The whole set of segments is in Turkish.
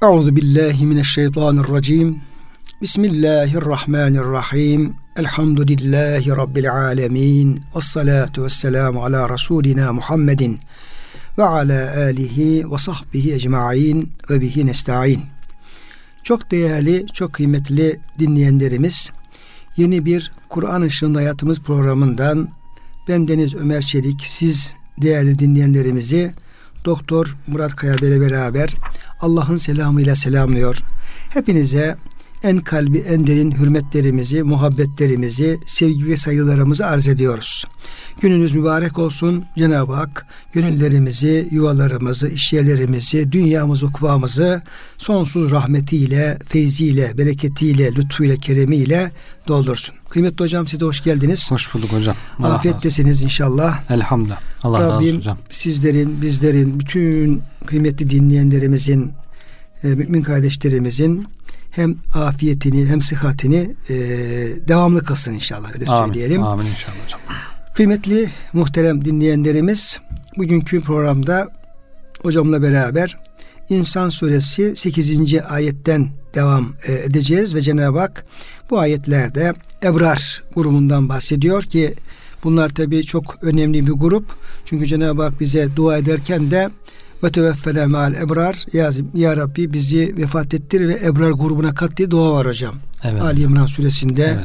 Euzu billahi mineşşeytanirracim. Bismillahirrahmanirrahim. Elhamdülillahi rabbil alamin. Ves salatu vesselamu ala rasulina Muhammedin ve ala alihi ve sahbihi ecmaîn ve bihi nestaîn. Çok değerli, çok kıymetli dinleyenlerimiz, yeni bir Kur'an Işığında Hayatımız programından ben Deniz Ömer Çelik, siz değerli dinleyenlerimizi Doktor Murat Kaya ile beraber Allah'ın selamıyla selamlıyor. Hepinize en kalbi, en derin hürmetlerimizi, muhabbetlerimizi, sevgi ve saygılarımızı arz ediyoruz. Gününüz mübarek olsun. Cenab-ı Hak gönüllerimizi, yuvalarımızı, işyerlerimizi, dünyamızı, ukvamızı sonsuz rahmetiyle, feyziyle, bereketiyle, lütfuyla, keremiyle doldursun. Kıymetli hocam, size hoş geldiniz. Hoş bulduk hocam. Afiyettesiniz inşallah. Elhamdülillah. Allah razı olsun hocam. Sizlerin, bizlerin, bütün kıymetli dinleyenlerimizin, mümin kardeşlerimizin hem afiyetini hem sıhhatini devamlı kılsın inşallah. Öyle söyleyelim. Amin inşallah hocam. Kıymetli muhterem dinleyenlerimiz, bugünkü programda hocamla beraber İnsan Suresi 8. ayetten devam edeceğiz ve Cenab-ı Hak bu ayetlerde Ebrar grubundan bahsediyor ki bunlar tabii çok önemli bir grup. Çünkü Cenab-ı Hak bize dua ederken de ve teveffena ma'al ebrar, ya Rabbi bizi vefat ettir ve Ebrar grubuna kat diye dua var hocam. Evet. Ali İmran suresinde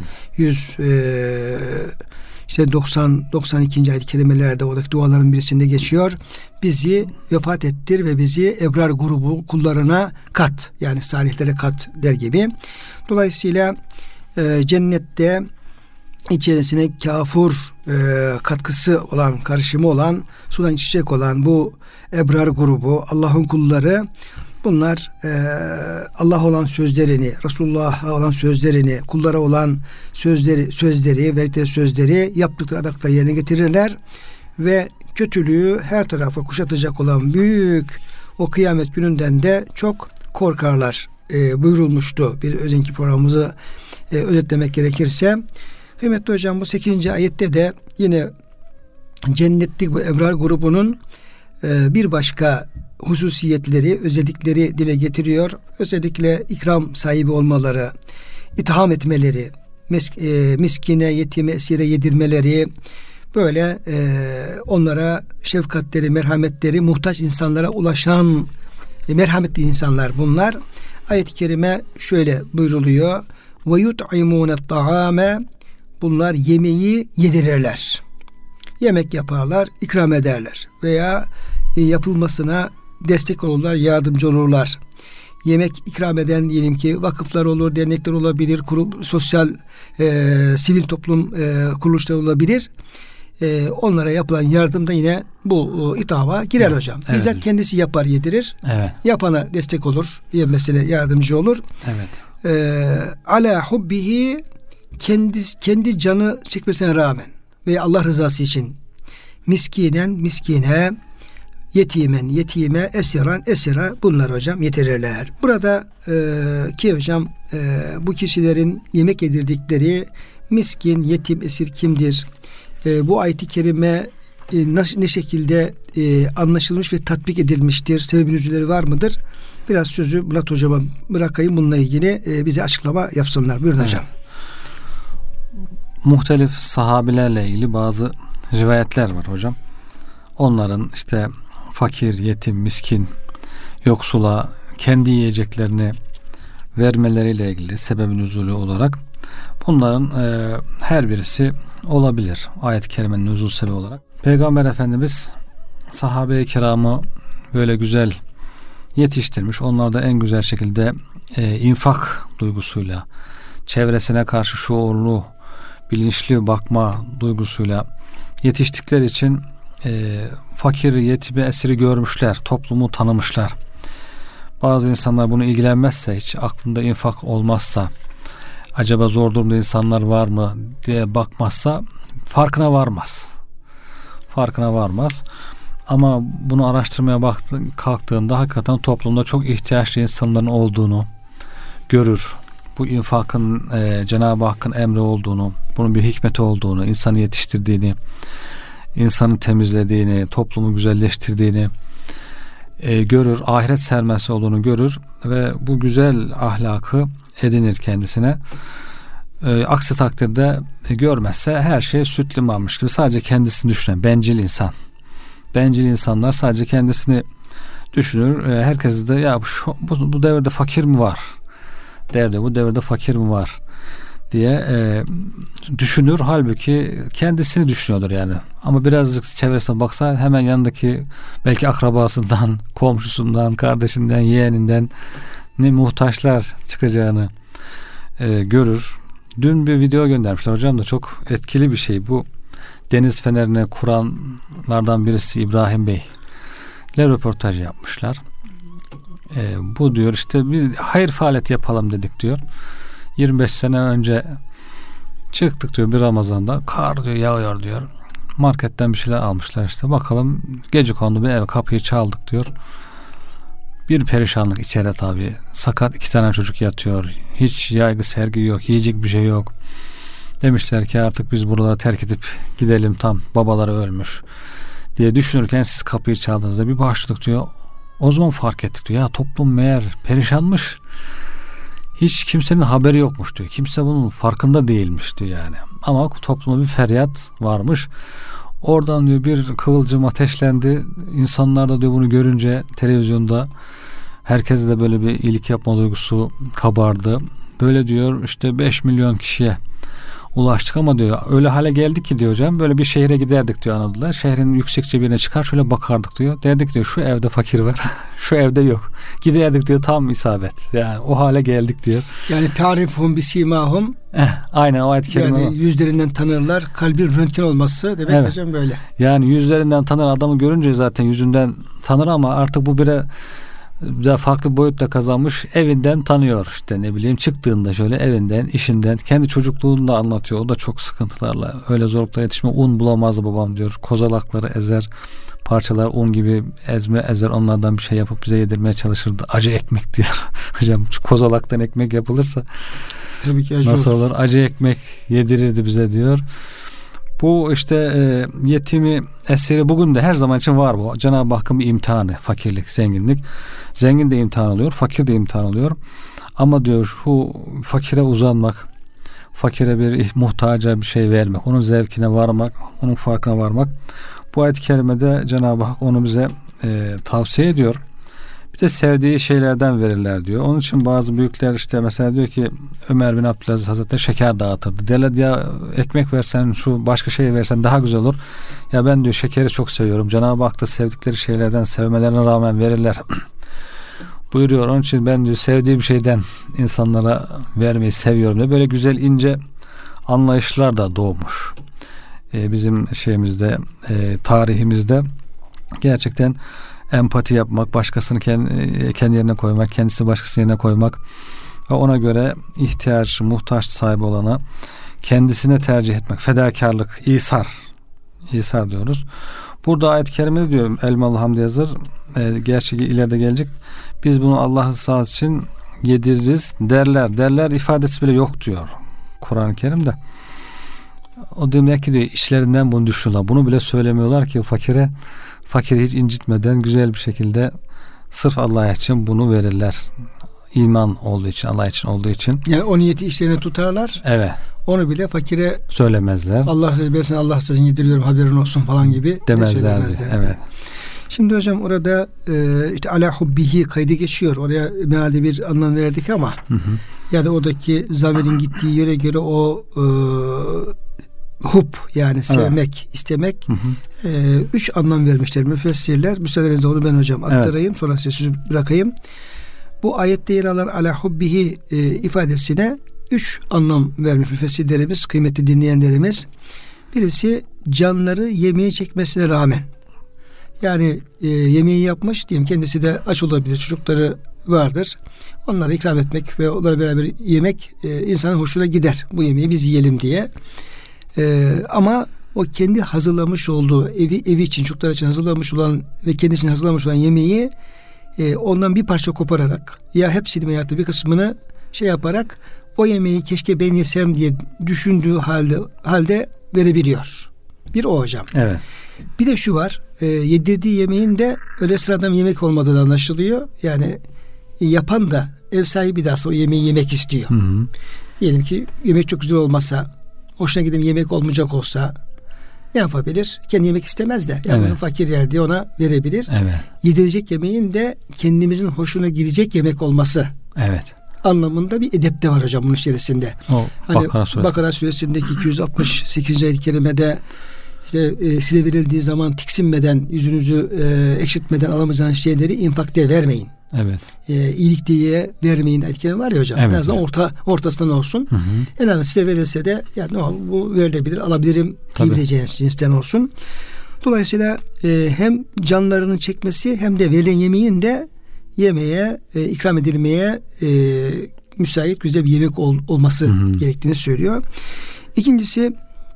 92. ayet-i kerimelerde oradaki duaların birisinde geçiyor. Bizi vefat ettir ve bizi Ebrar grubu kullarına kat, yani salihlere kat der gibi. Dolayısıyla cennette içerisine kafur katkısı olan, karışımı olan, sudan içecek olan bu Ebrar grubu, Allah'ın kulları, bunlar Allah olan sözlerini, Resulullah'a olan sözlerini, kullara olan sözleri, verdikleri sözleri, yaptıkları adakları yerine getirirler ve kötülüğü her tarafa kuşatacak olan büyük o kıyamet gününden de çok korkarlar buyurulmuştu. Bir önceki programımızı özetlemek gerekirse. Kıymetli hocam, bu 8. ayette de yine cennetlik bu Ebrar grubunun bir başka hususiyetleri, özellikleri dile getiriyor. Özellikle ikram sahibi olmaları, itham etmeleri, miskine, yetime, esire yedirmeleri, böyle onlara şefkatleri, merhametleri, muhtaç insanlara ulaşan merhametli insanlar bunlar. Ayet-i kerime şöyle buyruluyor. Ve yut'imûne ta'ame, bunlar yemeği yedirirler. Yemek yaparlar, ikram ederler veya yapılmasına destek olurlar, yardımcı olurlar. Yemek ikram eden diyelim ki vakıflar olur, dernekler olabilir, sosyal, sivil toplum kuruluşları olabilir. Onlara yapılan yardım da yine bu ithama girer hocam. Evet. Bizzat kendisi yapar, yedirir. Evet. Yapana destek olur, mesela yardımcı olur. Evet. Ala hubbihi, kendi canı çekmesine rağmen ve Allah rızası için miskine, yetime, esira bunlar hocam yetirirler. Burada ki hocam bu kişilerin yemek yedirdikleri miskin, yetim, esir kimdir? Bu ayet-i kerime ne şekilde anlaşılmış ve tatbik edilmiştir? Sebebi nüzulleri var mıdır? Biraz sözü Murat hocama bırakayım, bununla ilgili bize açıklama yapsınlar. Buyurun hocam. Muhtelif sahabilerle ilgili bazı rivayetler var hocam. Onların işte fakir, yetim, miskin, yoksula kendi yiyeceklerini vermeleriyle ilgili sebeb-i nüzulü olarak bunların her birisi olabilir. Ayet-i kerimenin nüzul sebebi olarak. Peygamber Efendimiz sahabe-i kiramı böyle güzel yetiştirmiş. Onlar da en güzel şekilde infak duygusuyla, çevresine karşı şuurlu, bilinçli bakma duygusuyla yetiştikleri için fakiri, yetimi, esiri görmüşler, toplumu tanımışlar. Bazı insanlar bunu ilgilenmezse, hiç aklında infak olmazsa, acaba zor durumda insanlar var mı diye bakmazsa farkına varmaz. Ama bunu araştırmaya kalktığında hakikaten toplumda çok ihtiyaçlı insanların olduğunu görür. Bu infakın Cenab-ı Hakk'ın emri olduğunu, bunun bir hikmeti olduğunu, insanı yetiştirdiğini, insanı temizlediğini, toplumu güzelleştirdiğini, görür, ahiret sermayesi olduğunu görür ve bu güzel ahlakı edinir kendisine. Aksi takdirde görmezse her şey süt limanmış gibi sadece kendisini düşünen bencil insan. Bencil insanlar sadece kendisini düşünür. Herkes de ya bu devirde fakir mi var? Bu devirde fakir mi var diye düşünür. Halbuki kendisini düşünüyordur yani. Ama birazcık çevresine baksa hemen yanındaki belki akrabasından, komşusundan, kardeşinden, yeğeninden ne muhtaçlar çıkacağını görür. Dün bir video göndermişler hocam da çok etkili bir şey. Bu deniz fenerini kuranlardan birisi İbrahim Bey ile röportaj yapmışlar. Bu diyor işte bir hayır faaliyeti yapalım dedik diyor. 25 sene önce çıktık diyor bir Ramazan'da. Kar diyor yağıyor diyor. Marketten bir şeyler almışlar işte. Bakalım gecekondu bir eve kapıyı çaldık diyor. Bir perişanlık içeride tabii. Sakat 2 tane çocuk yatıyor. Hiç yaygı sergi yok. Yiyecek bir şey yok. Demişler ki artık biz buraları terk edip gidelim, tam babaları ölmüş diye düşünürken siz kapıyı çaldığınızda bir başladık diyor. O zaman fark ettik diyor. Ya toplum meğer perişanmış. Hiç kimsenin haberi yokmuş diyor. Kimse bunun farkında değilmiş diyor yani. Ama toplumda bir feryat varmış. Oradan diyor bir kıvılcım ateşlendi. İnsanlar da diyor bunu görünce televizyonda herkes de böyle bir iyilik yapma duygusu kabardı. Böyle diyor işte 5 milyon kişiye ulaştık ama diyor öyle hale geldik ki diyor hocam, böyle bir şehre giderdik diyor Anadolu'da. Şehrin yüksekçe birine çıkar şöyle bakardık diyor. Derdik diyor şu evde fakir var. Şu evde yok. Giderdik diyor tam isabet. Yani o hale geldik diyor. Yani tarifhum bisimahum. Aynen o ayet-i kerime. Yani yüzlerinden tanırlar. Kalbin röntgen olması demek evet. Hocam böyle. Yani yüzlerinden tanır, adamı görünce zaten yüzünden tanır ama artık bu bire daha farklı boyutta kazanmış, evinden tanıyor işte, ne bileyim çıktığında şöyle evinden, işinden, kendi çocukluğunu da anlatıyor. O da çok sıkıntılarla, öyle zorlukla yetişme, un bulamazdı babam diyor, kozalakları ezer, parçalar un gibi ezer, onlardan bir şey yapıp bize yedirmeye çalışırdı. Acı ekmek diyor hocam, kozalaktan ekmek yapılırsa tabii ki acı nasıl olur. olur, acı ekmek yedirirdi bize diyor. Bu işte yetimi, esiri bugün de her zaman için var bu. Cenab-ı Hakk'ın bir imtihanı, fakirlik, zenginlik. Zengin de imtihan alıyor, fakir de imtihan alıyor. Ama diyor şu fakire uzanmak, fakire bir muhtaca bir şey vermek, onun zevkine varmak, onun farkına varmak. Bu ayet-i kerimede Cenab-ı Hak onu bize tavsiye ediyor. Bir de sevdiği şeylerden verirler diyor. Onun için bazı büyükler işte mesela diyor ki Ömer bin Abdülaziz Hazretleri şeker dağıtırdı. Derler ya ekmek versen, şu başka şey versen daha güzel olur. Ya ben diyor şekeri çok seviyorum. Cenab-ı Hak da sevdikleri şeylerden sevmelerine rağmen verirler buyuruyor. Onun için ben diyor sevdiğim şeyden insanlara vermeyi seviyorum diye böyle güzel ince anlayışlar da doğmuş. Bizim şeyimizde, tarihimizde gerçekten empati yapmak, başkasını kendi yerine koymak, kendisi başkasının yerine koymak ve ona göre ihtiyaç, muhtaç sahibi olana kendisine tercih etmek, fedakarlık, İsar diyoruz. Burada ayet-i kerimede diyor Elmalı Hamdi Yazır, gerçi ileride gelecek, biz bunu Allah rızası için yediririz derler ifadesi bile yok diyor Kur'an-ı Kerim'de. O demek ki diyor işlerinden bunu düşünüyorlar. Bunu bile söylemiyorlar ki fakiri hiç incitmeden güzel bir şekilde sırf Allah için bunu verirler. İman olduğu için, Allah için olduğu için. Yani o niyeti işlerine tutarlar. Evet. Onu bile fakire söylemezler. Ben sana Allah sözünü yediriyorum, haberin olsun falan gibi demezlerdi. Evet. Şimdi hocam orada işte ala hubbihi kaydı geçiyor. Oraya mealde bir anlam verdik ama yani oradaki zamirin gittiği yere göre o hub yani sevmek, istemek 3 anlam vermişler müfessirler. Müsaadenizle onu ben hocam aktarayım. Sonra size sözü bırakayım. Bu ayette yer alan ala hubbihi ifadesine 3 anlam vermiş müfessirlerimiz, kıymetli dinleyenlerimiz. Birisi canları yemeği çekmesine rağmen, yani yemeği yapmış diyelim, kendisi de aç olabilir, çocukları vardır. Onlara ikram etmek ve onlarla beraber yemek insanın hoşuna gider. Bu yemeği biz yiyelim diye. Ama o kendi hazırlamış olduğu evi için, çocuklar için hazırlamış olan ve kendisine hazırlamış olan yemeği ondan bir parça kopararak ya hepsini veya bir kısmını yaparak o yemeği keşke ben yesem diye düşündüğü halde verebiliyor. Bir o hocam. Evet. Bir de şu var. Yedirdiği yemeğin de öyle sıradan yemek olmadığı da anlaşılıyor. Yani yapan da ev sahibi de aslında o yemeği yemek istiyor. Hı hı. Diyelim ki yemek çok güzel olmasa, hoşuna giden yemek olmayacak olsa ne yapabilir? Kendi yemek istemez de. Yani evet. Fakir yer diye ona verebilir. Evet. Yedirecek yemeğin de kendimizin hoşuna gidecek yemek olması. Evet. Anlamında bir edep de var hocam bunun içerisinde. Hani Bakara suresindeki 268. ayet-i kerimede işte, size verildiği zaman tiksinmeden, yüzünüzü ekşitmeden alamayacağınız şeyleri infak diye vermeyin. Evet. İyilik diye vermeyin ayet-i kerime var ya hocam. Evet, en azından ortasından olsun. Hı hı. En azından size verilse de yani bu verilebilir, alabilirim diyebileceğiniz cinsten olsun. Dolayısıyla hem canlarını çekmesi hem de verilen yemeğin de yemeğe, ikram edilmeye müsait güzel bir yemek olması gerektiğini söylüyor. İkincisi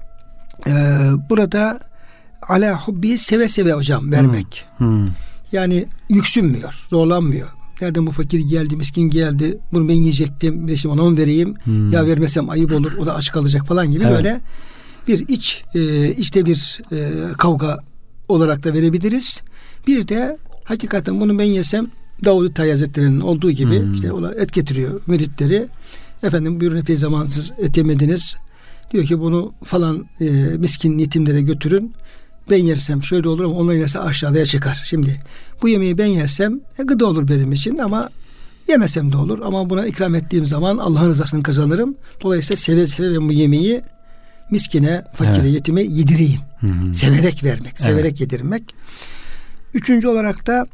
burada ala hubbi seve seve hocam vermek. Yani yüksünmüyor, zorlanmıyor. Nereden bu fakir geldi, miskin geldi, bunu ben yiyecektim, bir de şimdi ona mı vereyim? Ya vermesem ayıp olur, o da aç kalacak falan gibi böyle bir içte bir kavga olarak da verebiliriz. Bir de hakikaten bunu ben yesem Davud-u Tayi Hazretleri'nin olduğu gibi işte et getiriyor müritleri. Efendim buyurun epey zamansız et yemediniz. Diyor ki bunu falan miskin yetimlere götürün. Ben yersem şöyle olur ama onlar yerse aşağıya çıkar. Şimdi bu yemeği ben yersem gıda olur benim için ama yemesem de olur. Ama buna ikram ettiğim zaman Allah'ın rızasını kazanırım. Dolayısıyla seve seve ben bu yemeği miskine, fakire, yetime yedireyim. Severek vermek, severek yedirmek. Üçüncü olarak da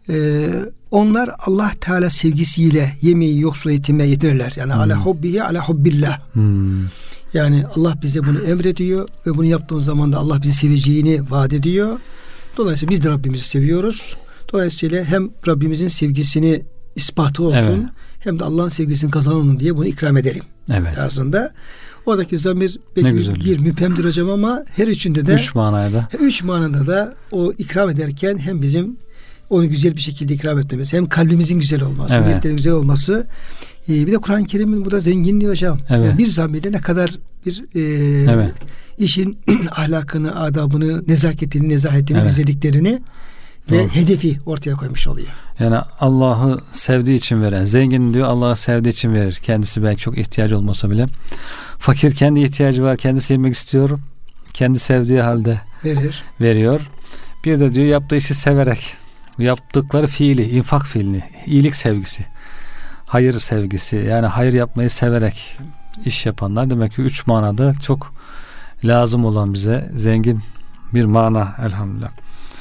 onlar Allah Teala sevgisiyle yemeği yoksul yetime yedirirler. Yani ala hubbihi ala hubbillah. Yani Allah bize bunu emrediyor ve bunu yaptığımız zaman da Allah bizi seveceğini vaat ediyor. Dolayısıyla biz de Rabbimizi seviyoruz. Dolayısıyla hem Rabbimizin sevgisini ispatı olsun hem de Allah'ın sevgisini kazanalım diye bunu ikram edelim. Evet. Tarzında. Oradaki zamir belki bir müphemdir hocam ama her üçünde de üç manada da o ikram ederken hem bizim onu güzel bir şekilde ikram etmemiz, hem kalbimizin güzel olması, niyetlerin güzel olması. Bir de Kur'an-ı Kerim'in burada zenginliği hocam. Evet. Yani bir zamirle ne kadar bir işin ahlakını, adabını, nezaketini, nezahetini, güzelliklerini ve hedefi ortaya koymuş oluyor. Yani Allah'ı sevdiği için veren, zengin diyor Allah'ı sevdiği için verir. Kendisi belki çok ihtiyacı olmasa bile. Fakir kendi ihtiyacı var, kendisi yemek istiyor. Kendi sevdiği halde veriyor. Bir de diyor yaptığı işi severek. Yaptıkları fiili, infak fiilini, iyilik sevgisi, hayır sevgisi, yani hayır yapmayı severek iş yapanlar demek ki 3 manada çok lazım olan bize zengin bir mana elhamdülillah.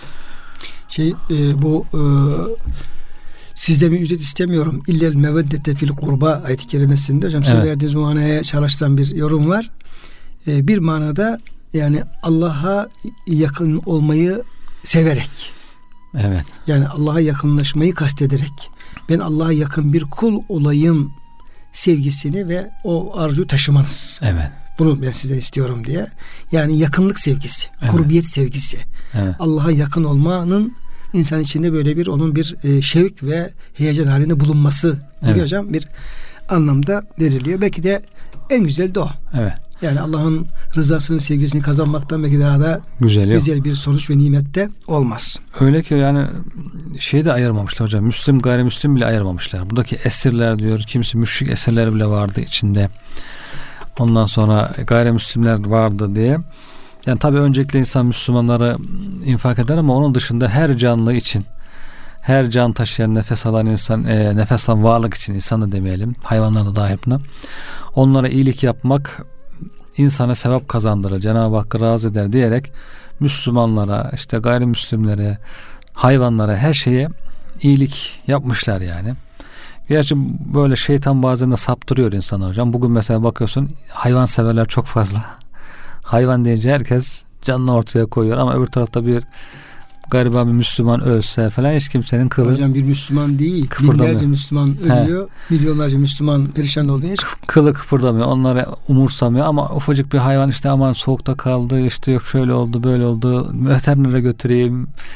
Bu sizden bir ücret istemiyorum. İllel meveddete fil kurba ayet-i kerimesinde hocam size verdiğiniz manaya çalıştıran bir yorum var. Bir manada yani Allah'a yakın olmayı severek. Evet. Yani Allah'a yakınlaşmayı kastederek ben Allah'a yakın bir kul olayım sevgisini ve o arzuyu taşımanız. Evet. Bunu ben sizden istiyorum diye. Yani yakınlık sevgisi, kurbiyet sevgisi. Evet. Allah'a yakın olmanın insan içinde böyle bir onun bir şevk ve heyecan halinde bulunması gibi hocam bir anlamda veriliyor. Belki de en güzel de o. Evet. Yani Allah'ın rızasını, sevgisini kazanmaktan belki daha da güzel bir sonuç ve nimet de olmaz. Öyle ki yani de ayırmamışlar hocam. Müslim, gayrimüslim bile ayırmamışlar. Buradaki esirler diyor. Kimisi müşrik esirler bile vardı içinde. Ondan sonra gayrimüslimler vardı diye. Yani tabii öncelikle insan Müslümanlara infak eder ama onun dışında her canlı için, her can taşıyan, nefes alan insan, nefes alan varlık için, insan da demeyelim, hayvanlar da dahil buna. Onlara iyilik yapmak insana sevap kazandırır, Cenab-ı Hakk'ı razı eder diyerek Müslümanlara, işte gayrimüslimlere, hayvanlara, her şeye iyilik yapmışlar yani. Gerçi böyle şeytan bazen de saptırıyor insanlar hocam. Bugün mesela bakıyorsun hayvan severler çok fazla. Hayvan deyince herkes canını ortaya koyuyor ama öbür tarafta bir gariban bir Müslüman ölse falan hiç kimsenin kılı. Hocam bir Müslüman değil, binlerce Müslüman ölüyor, milyonlarca Müslüman perişan oluyor. Kılı kıpırdamıyor, onları umursamıyor ama ufacık bir hayvan işte aman soğukta kaldı, işte yok şöyle oldu böyle oldu, veterinere götüreyim,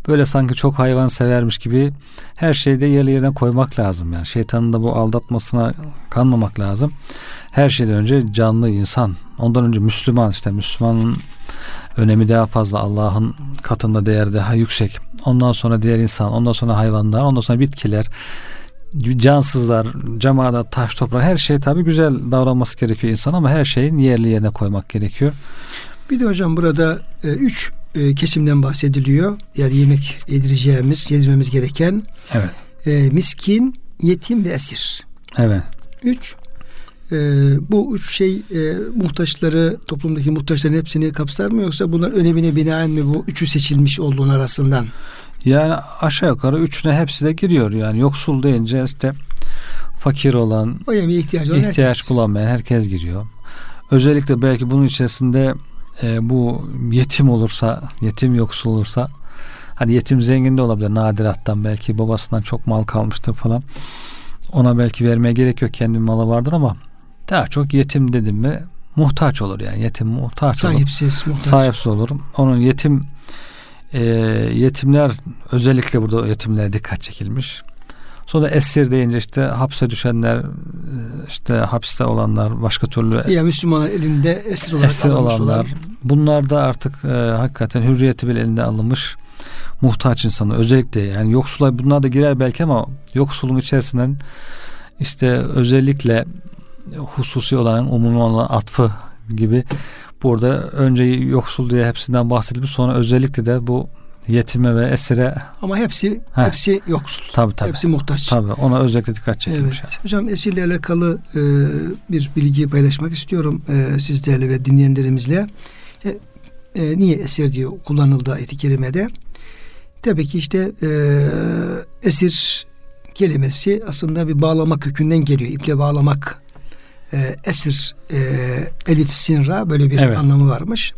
böyle sanki çok hayvan severmiş gibi her şeyde yerli yerine koymak lazım. Yani şeytanın da bu aldatmasına kanmamak lazım. Her şeyden önce canlı insan, ondan önce Müslüman, işte Müslümanın önemi daha fazla, Allah'ın katında değeri daha yüksek. Ondan sonra diğer insan, ondan sonra hayvanlar, ondan sonra bitkiler, cansızlar, cemaat, taş, toprak, her şey tabii güzel davranması gerekiyor insan ama her şeyin yerli yerine koymak gerekiyor. Bir de hocam burada 3 kesimden bahsediliyor. Yani yemek yedirmemiz gereken. Evet. Miskin, yetim ve esir. Evet. 3. Bu 3 şey muhtaçları, toplumdaki muhtaçların hepsini kapsar mı, yoksa bunların önemine binaen mi bu üçü seçilmiş olduğun arasından? Yani aşağı yukarı üçüne hepsi de giriyor. Yani yoksul deyince işte fakir olan, o yemeğe ihtiyaç bulamayan herkes giriyor. Özellikle belki bunun içerisinde bu yetim olursa, yetim yoksul olursa, hani yetim zengin de olabilir, nadirattan belki babasından çok mal kalmıştır falan. Ona belki vermeye gerek yok, kendi malı vardır ama daha çok yetim dedim mi muhtaç olur yani. Yetim muhtaç olur. Sahipsiz olur. Onun yetimler, özellikle burada yetimlere dikkat çekilmiş. Sonra esir deyince işte hapse düşenler, işte hapiste olanlar, başka türlü ya Müslümanlar elinde esir olarak olanlar. Bunlar da artık hakikaten hürriyeti bile elinde alınmış muhtaç insanlar. Özellikle yani yoksula bunlar da girer belki ama yoksulun içerisinden işte özellikle hususi olan, umumi olan atfı gibi burada önce yoksul diye hepsinden bahsedilmiş, sonra özellikle de bu yetime ve esire, ama hepsi yoksul. Tabii. Hepsi muhtaç. Tabii, ona özellikle dikkat çekilmiş. Evet. Hocam esirle alakalı bir bilgi paylaşmak istiyorum sizlerle ve dinleyenlerimizle. Niye esir diyor kullanıldı ayet-i kerimede? Tabii ki işte esir kelimesi aslında bir bağlama kökünden geliyor. İple bağlamak. Esir, elif sinra, böyle bir anlamı varmış.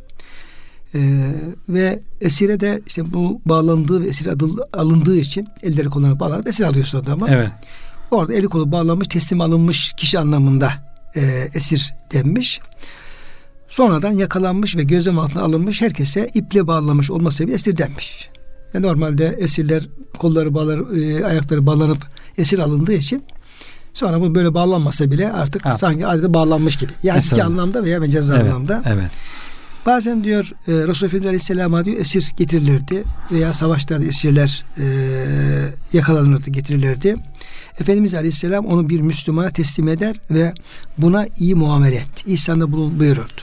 Ve esire de işte bu bağlandığı ve esir alındığı için elleri kollarına bağlanıp esir alıyorsun adamı. Evet. Orada eli kolu bağlanmış, teslim alınmış kişi anlamında esir denmiş. Sonradan yakalanmış ve gözlem altına alınmış herkese iple bağlanmış olma sebebiyle esir denmiş. Yani normalde esirler kolları ayakları bağlanıp esir alındığı için sonra bu böyle bağlanmasa bile artık sanki adeta bağlanmış gibi. Yani iki anlamda veya mecaz anlamda. Evet. Bazen diyor Resulullah Aleyhisselam'a diyor esir getirilirdi veya savaşlarda esirler yakalanırdı, getirilirdi. Efendimiz Aleyhisselam onu bir Müslümana teslim eder ve buna iyi muamele etti. İhsanda buyururdu.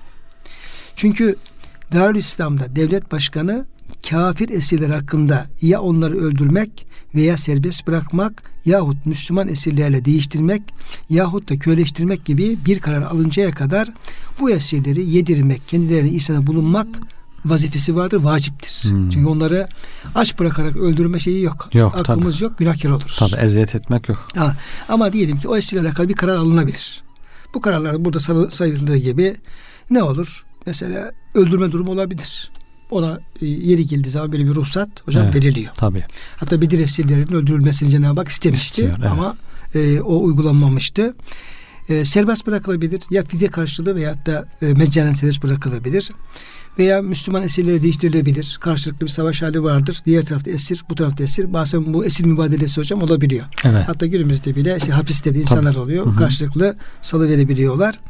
Çünkü Darülislam'da devlet başkanı kafir esirler hakkında ya onları öldürmek veya serbest bırakmak yahut Müslüman esirlerle değiştirmek yahut da köleleştirmek gibi bir karar alıncaya kadar bu esirleri yedirmek, kendilerine ihsanda bulunmak vazifesi vardır, vaciptir. Çünkü onları aç bırakarak öldürme şeyi yok. Hakkımız yok, günahkar oluruz. Tabii, eziyet etmek yok. Ama diyelim ki o esirlerle alakalı bir karar alınabilir. Bu kararlar burada sayıldığı gibi ne olur? Mesela öldürme durumu olabilir. Ona yeri geldiği zaman böyle bir ruhsat veriliyor. Tabii. Hatta Bedir esirlerinin öldürülmesini Cenab-ı Hak istemişti. Ama o uygulanmamıştı. Serbest bırakılabilir. Ya fidye karşılığı veyahut da meccanen serbest bırakılabilir. Veya Müslüman esirleri değiştirilebilir. Karşılıklı bir savaş hali vardır. Diğer tarafta esir, bu tarafta esir. Bazen bu esir mübadelesi hocam olabiliyor. Evet. Hatta günümüzde bile işte hapiste de insanlar oluyor. Hı-hı. Karşılıklı salı verebiliyorlar.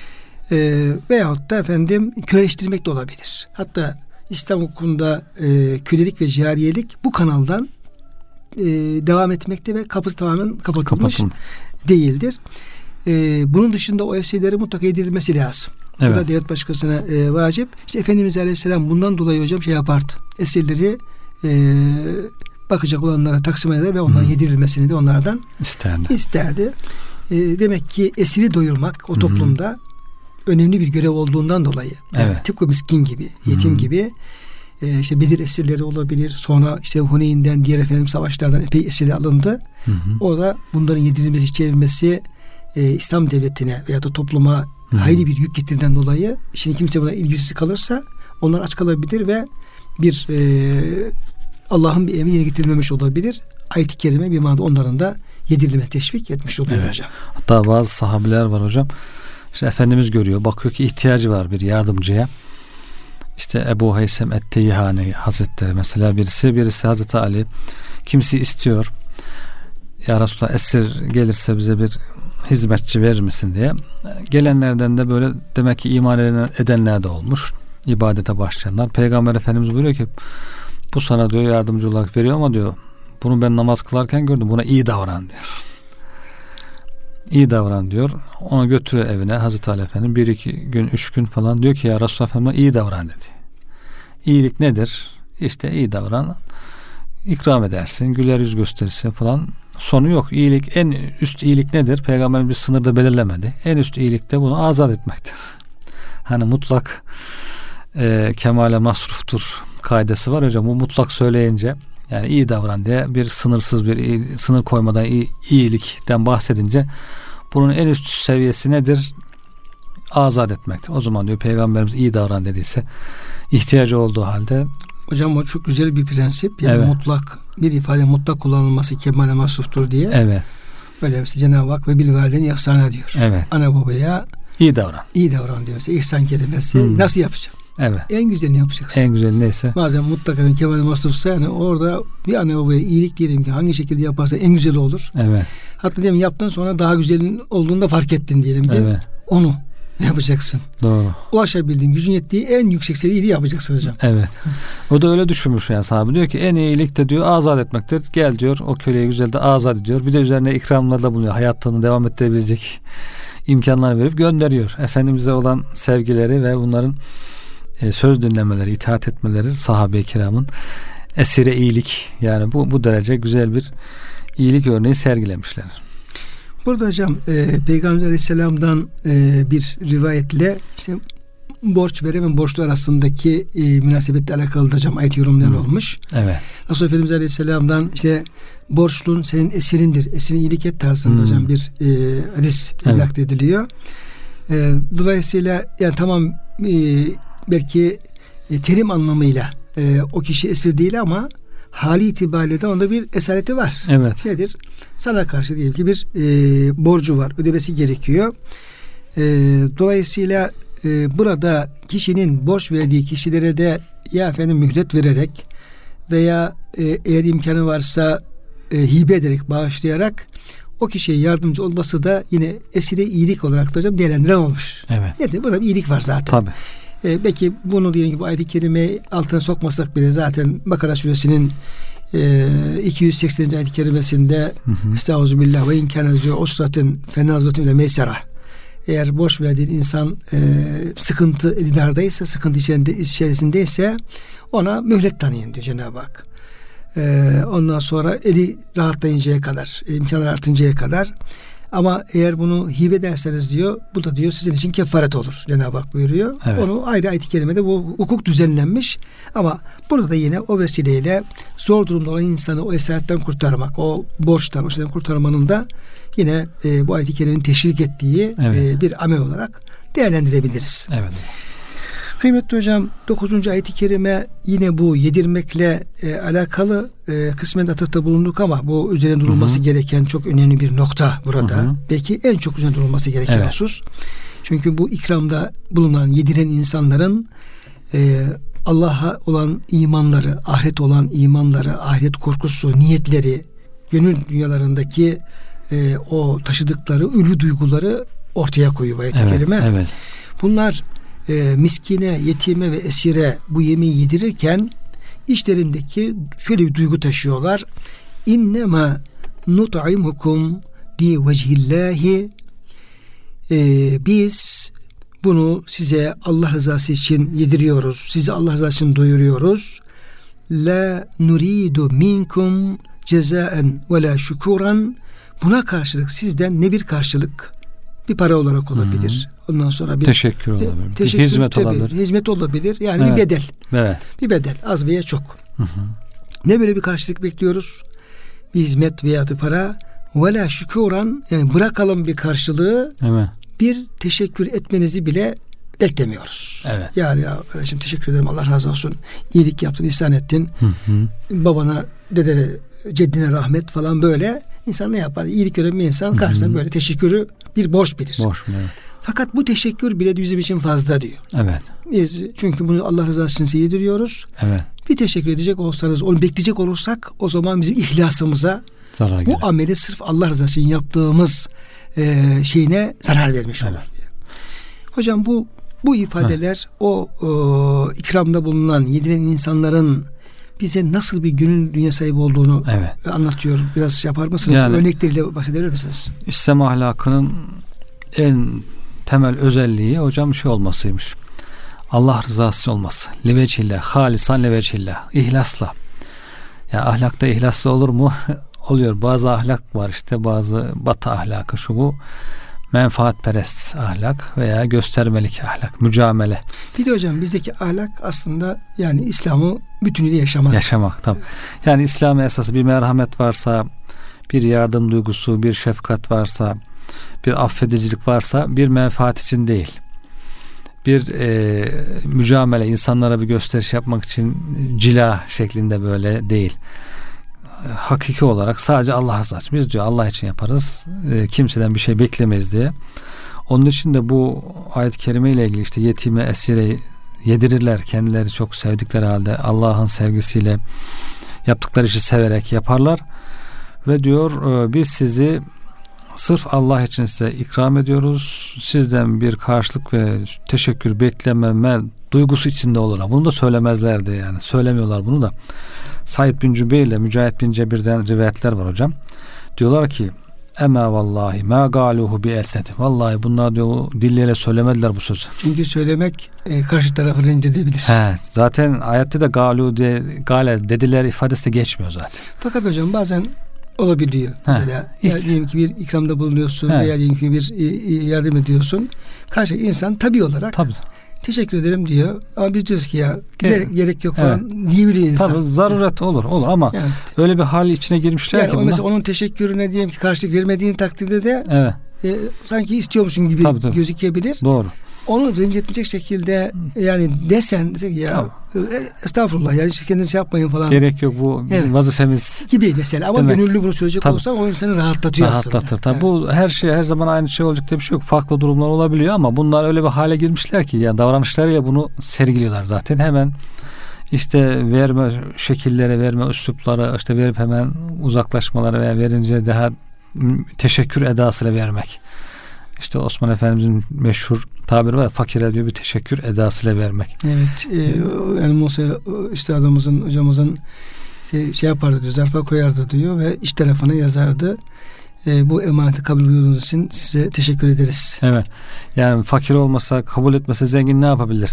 Veyahut da köleleştirmek de olabilir. Hatta İslam hukukunda kölelik ve cariyelik bu kanaldan devam etmekte ve kapısı tamamen kapatılmış değildir. Bunun dışında o esirleri mutlaka yedirilmesi lazım. Evet. Bu da devlet başkasına vacip. İşte Efendimiz Aleyhisselam bundan dolayı hocam yapardı. Esirleri bakacak olanlara taksim eder ve onların yedirilmesini de onlardan isterdi. Demek ki esiri doyurmak o toplumda önemli bir görev olduğundan dolayı. Yani tıpkı miskin gibi, yetim gibi işte Bedir esirleri olabilir. Sonra işte Huneyn'den, diğer savaşlardan epey esiri alındı. O da bunların yedirilmesi, içerilmesi İslam devletine veya da topluma hayli bir yük getirden dolayı şimdi kimse buna ilgisiz kalırsa onlar aç kalabilir ve bir Allah'ın bir emri yerine getirilmemiş olabilir. Ayet-i kerime bir manada onların da yedirilmesi teşvik etmiş oluyor hocam. Hatta bazı sahabeler var hocam. İşte Efendimiz görüyor, bakıyor ki ihtiyacı var bir yardımcıya. İşte Ebu Heysem et-Teyhani Hazretleri mesela birisi Hazreti Ali, kimisi istiyor, ya Resulallah esir gelirse bize bir hizmetçi verir misin diye. Gelenlerden de böyle demek ki iman edenler de olmuş, ibadete başlayanlar. Peygamber Efendimiz buyuruyor ki bu sana diyor yardımcı olarak veriyor ama diyor bunu ben namaz kılarken gördüm, buna iyi davran diyor. İyi davran diyor. Onu götürüyor evine Hazreti Ali Efendimiz. 1-2 gün 3 gün falan diyor ki ya Resulullah Efendimiz iyi davran dedi. İyilik nedir? İşte iyi davran. İkram edersin. Güler yüz gösterirsin falan. Sonu yok. İyilik, en üst iyilik nedir? Peygamberimiz bir sınırda belirlemedi. En üst iyilik de bunu azat etmektir. Hani mutlak kemale masruftur kaidesi var hocam. Bu mutlak söyleyince yani iyi davran diye bir sınırsız bir sınır koymadan iyilikten bahsedince bunun en üst seviyesi nedir? Azat etmektir. O zaman diyor Peygamberimiz iyi davran dediyse ihtiyacı olduğu halde. Hocam o çok güzel bir prensip. Yani mutlak bir ifade mutlak kullanılması kemale masruftur diye. Evet. Öyleyse Cenab-ı Hak ve bil valideyni ihsana diyor. Evet. Ana babaya iyi davran. İyi davran diyor. Mesela ihsan kelimesi nasıl yapacağım? Evet. En güzelini yapacaksın. En güzel neyse. Bazen mutlaka kemale masrufsa yani orada bir ana babaya iyilik diyelim ki hangi şekilde yaparsa en güzel olur. Evet. Hatta diyelim yaptın sonra daha güzelin olduğunu da fark ettin diyelim ki. Evet. Onu yapacaksın. Doğru. Ulaşabildiğin gücün yettiği en yüksek seviyeli yapacaksın hocam. Evet. O da öyle düşünmüş yani sahabe. Diyor ki en iyi iyilik de diyor azat etmektir. Gel diyor o köleyi güzel de azat ediyor. Bir de üzerine ikramlarda bulunuyor. Hayatını devam ettirebilecek imkanlar verip gönderiyor. Efendimiz'e olan sevgileri ve bunların söz dinlemeleri, itaat etmeleri sahabe-i kiramın esire iyilik. Yani bu derece güzel bir iyilik örneği sergilemişler. Burada hocam Peygamber Aleyhisselam'dan bir rivayetle işte borç veren ve borçlu arasındaki münasebetle alakalı da hocam ayet yorumları olmuş. Evet. Resulullah Efendimiz Aleyhisselam'dan işte borçlun senin esirindir. Esirin iyilik et tarzında hocam bir hadis naklediliyor. Dolayısıyla yani tamam belki terim anlamıyla o kişi esir değil ama hali itibariyle de onda bir esareti var. Evet. Nedir? Sana karşı diyelim ki bir borcu var. Ödemesi gerekiyor. Dolayısıyla burada kişinin borç verdiği kişilere de ya efendim mühlet vererek veya eğer imkanı varsa hibe ederek, bağışlayarak o kişiye yardımcı olması da yine esire iyilik olarak da hocam değerlendiren olmuş. Evet. Nedir? Burada bir iyilik var zaten. Tabii. Belki bunu diyelim ki bu ayet-i kerimeyi altına sokmasak bile zaten Bakara suresinin 280. ayet-i kerimesinde Estağfirullah ve inkâne usratin fenâzratun ile meysera. Eğer borç verdiğin insan sıkıntı idardaysa, sıkıntı içerisindeyse ona mühlet tanıyın diyor Cenab-ı Hak. Ondan sonra eli rahatlayıncaya kadar, imkanlar artıncaya kadar. Ama eğer bunu hibe ederseniz diyor, bu da diyor sizin için kefaret olur. Cenab-ı Hak buyuruyor. Evet. Onu ayrı ayet-i kerimede bu hukuk düzenlenmiş. Ama burada da yine o vesileyle zor durumda olan insanı o esaretten kurtarmak, o borçtan, o şeyden kurtarmanın da yine bu ayet-i kerimenin teşvik ettiği bir amel olarak değerlendirebiliriz. Evet. Kıymetli hocam 9. ayet-i kerime yine bu yedirmekle alakalı kısmen atıfta bulunduk ama bu üzerine durulması gereken çok önemli bir nokta burada. Belki en çok üzerine durulması gereken husus. Çünkü bu ikramda bulunan, yediren insanların Allah'a olan imanları, ahiret olan imanları, ahiret korkusu, niyetleri, gönül dünyalarındaki o taşıdıkları ölü duyguları ortaya koyuyor ayet-i kerime. Evet. Bunlar miskine, yetime ve esire bu yemeği yedirirken içlerindeki şöyle bir duygu taşıyorlar. İnnemâ nut'imukum li vecihillahi, biz bunu size Allah rızası için yediriyoruz. Sizi Allah rızası için doyuruyoruz. La nuridu minkum cezaen ve la şukuran. Buna karşılık sizden ne bir karşılık, bir para olarak olabilir. Ondan sonra bir teşekkür olabilir. Bir hizmet olabilir. Hizmet olabilir. Yani bir bedel. Evet. Bir bedel. Az veya çok. Ne böyle bir karşılık bekliyoruz? Bir hizmet veya bir para. Ve la şukuran, yani bırakalım bir karşılığı. Evet. Bir teşekkür etmenizi bile beklemiyoruz. Evet. Yani ya kardeşim teşekkür ederim, Allah razı olsun. İyilik yaptın, ihsan ettin. Babana, dedene, ceddine rahmet falan böyle. İnsan ne yapar? İyilik gören bir insan karşısında böyle teşekkürü bir borç bilir. Borç mu? Evet. Fakat bu teşekkür bile bizim için fazla diyor. Evet. Biz çünkü bunu Allah rızası için yediriyoruz. Evet. Bir teşekkür edecek olsanız, onu bekleyecek olursak o zaman bizim ihlasımıza Zarar bu gelir. ameli sırf Allah rızası için yaptığımız şeyine zarar vermiş olur diyor. Hocam bu ifadeler o ikramda bulunan, yediren insanların bize nasıl bir gönül dünya sahibi olduğunu anlatıyor. Biraz yapar mısınız? Yani, örnekleriyle bahsedebilir misiniz? İslam ahlakının en temel özelliği hocam olmasıymış. Allah rızası olması. Leveçillah, halisan leveçillah. İhlasla. Ya ahlakta ihlasla olur mu? Oluyor. Bazı ahlak var bazı batı ahlakı şu bu. Menfaatperest ahlak veya göstermelik ahlak, mücamele. Bir de hocam bizdeki ahlak aslında yani İslam'ı bütünüyle yaşamak. Yaşamak tabii. Yani İslam'ın esası bir merhamet varsa, bir yardım duygusu, bir şefkat varsa, bir affedicilik varsa bir menfaat için değil. Bir mücamele, insanlara bir gösteriş yapmak için cila şeklinde böyle değil. Hakiki olarak sadece Allah rızası için. Biz diyor Allah için yaparız. Kimseden bir şey beklemeyiz diye. Onun için de bu ayet-i kerime ile ilgili yetime, esire yedirirler. Kendileri çok sevdikleri halde Allah'ın sevgisiyle yaptıkları işi severek yaparlar. Ve diyor biz sizi sırf Allah için size ikram ediyoruz. Sizden bir karşılık ve teşekkür beklememe duygusu içinde olurlar. Bunu da söylemezlerdi yani. Söylemiyorlar bunu da. Said bin Cübeyr ile Mücahit bin Cebir'den rivayetler var hocam. Diyorlar ki Ema vallahi ma galuhu bi elseti. Vallahi bunlar diyor dilleriyle söylemediler bu sözü. Çünkü söylemek karşı tarafı rencide edebilir. Zaten ayette de galu diye gale dediler ifadesi de geçmiyor zaten. Fakat hocam bazen olabiliyor. Mesela diyelim ki bir ikramda bulunuyorsun veya diyelim ki bir yardım ediyorsun. Karşı insan tabii olarak teşekkür ederim diyor. Ama biz diyoruz ki ya gerek yok falan diyebiliyor insan. Tabii zaruret olur ama öyle bir hal içine girmişler yani ki. Mesela onun teşekkürüne diyelim ki karşılık vermediğin takdirde de sanki istiyormuşsun gibi gözükebilir. Doğru. Onu rencide etmeyecek şekilde yani desen ya estağfurullah yani siz kendiniz yapmayın falan. Gerek yok bu bizim vazifemiz gibi mesela ama gönüllü bunu söyleyecek olsan o insanı rahatlatıyor aslında. Tabii bu her zaman aynı şey olacak diye bir şey yok. Farklı durumlar olabiliyor ama bunlar öyle bir hale girmişler ki yani davranışlarıyla bunu sergiliyorlar zaten. Hemen verme şekilleri, verme üslupları verip hemen uzaklaşmaları veya verince daha teşekkür edasıyla vermek. Osman Efendimizin meşhur tabiri var, fakire diyor bir teşekkür edasıyla vermek. Evet. Yani Musa üstadımızın, hocamızın şey yapardı diyor, zarfa koyardı diyor ve iç tarafına yazardı. Bu emaneti kabul buyurduğunuz için size teşekkür ederiz. Evet. Yani fakir olmasa, kabul etmese zengin ne yapabilir?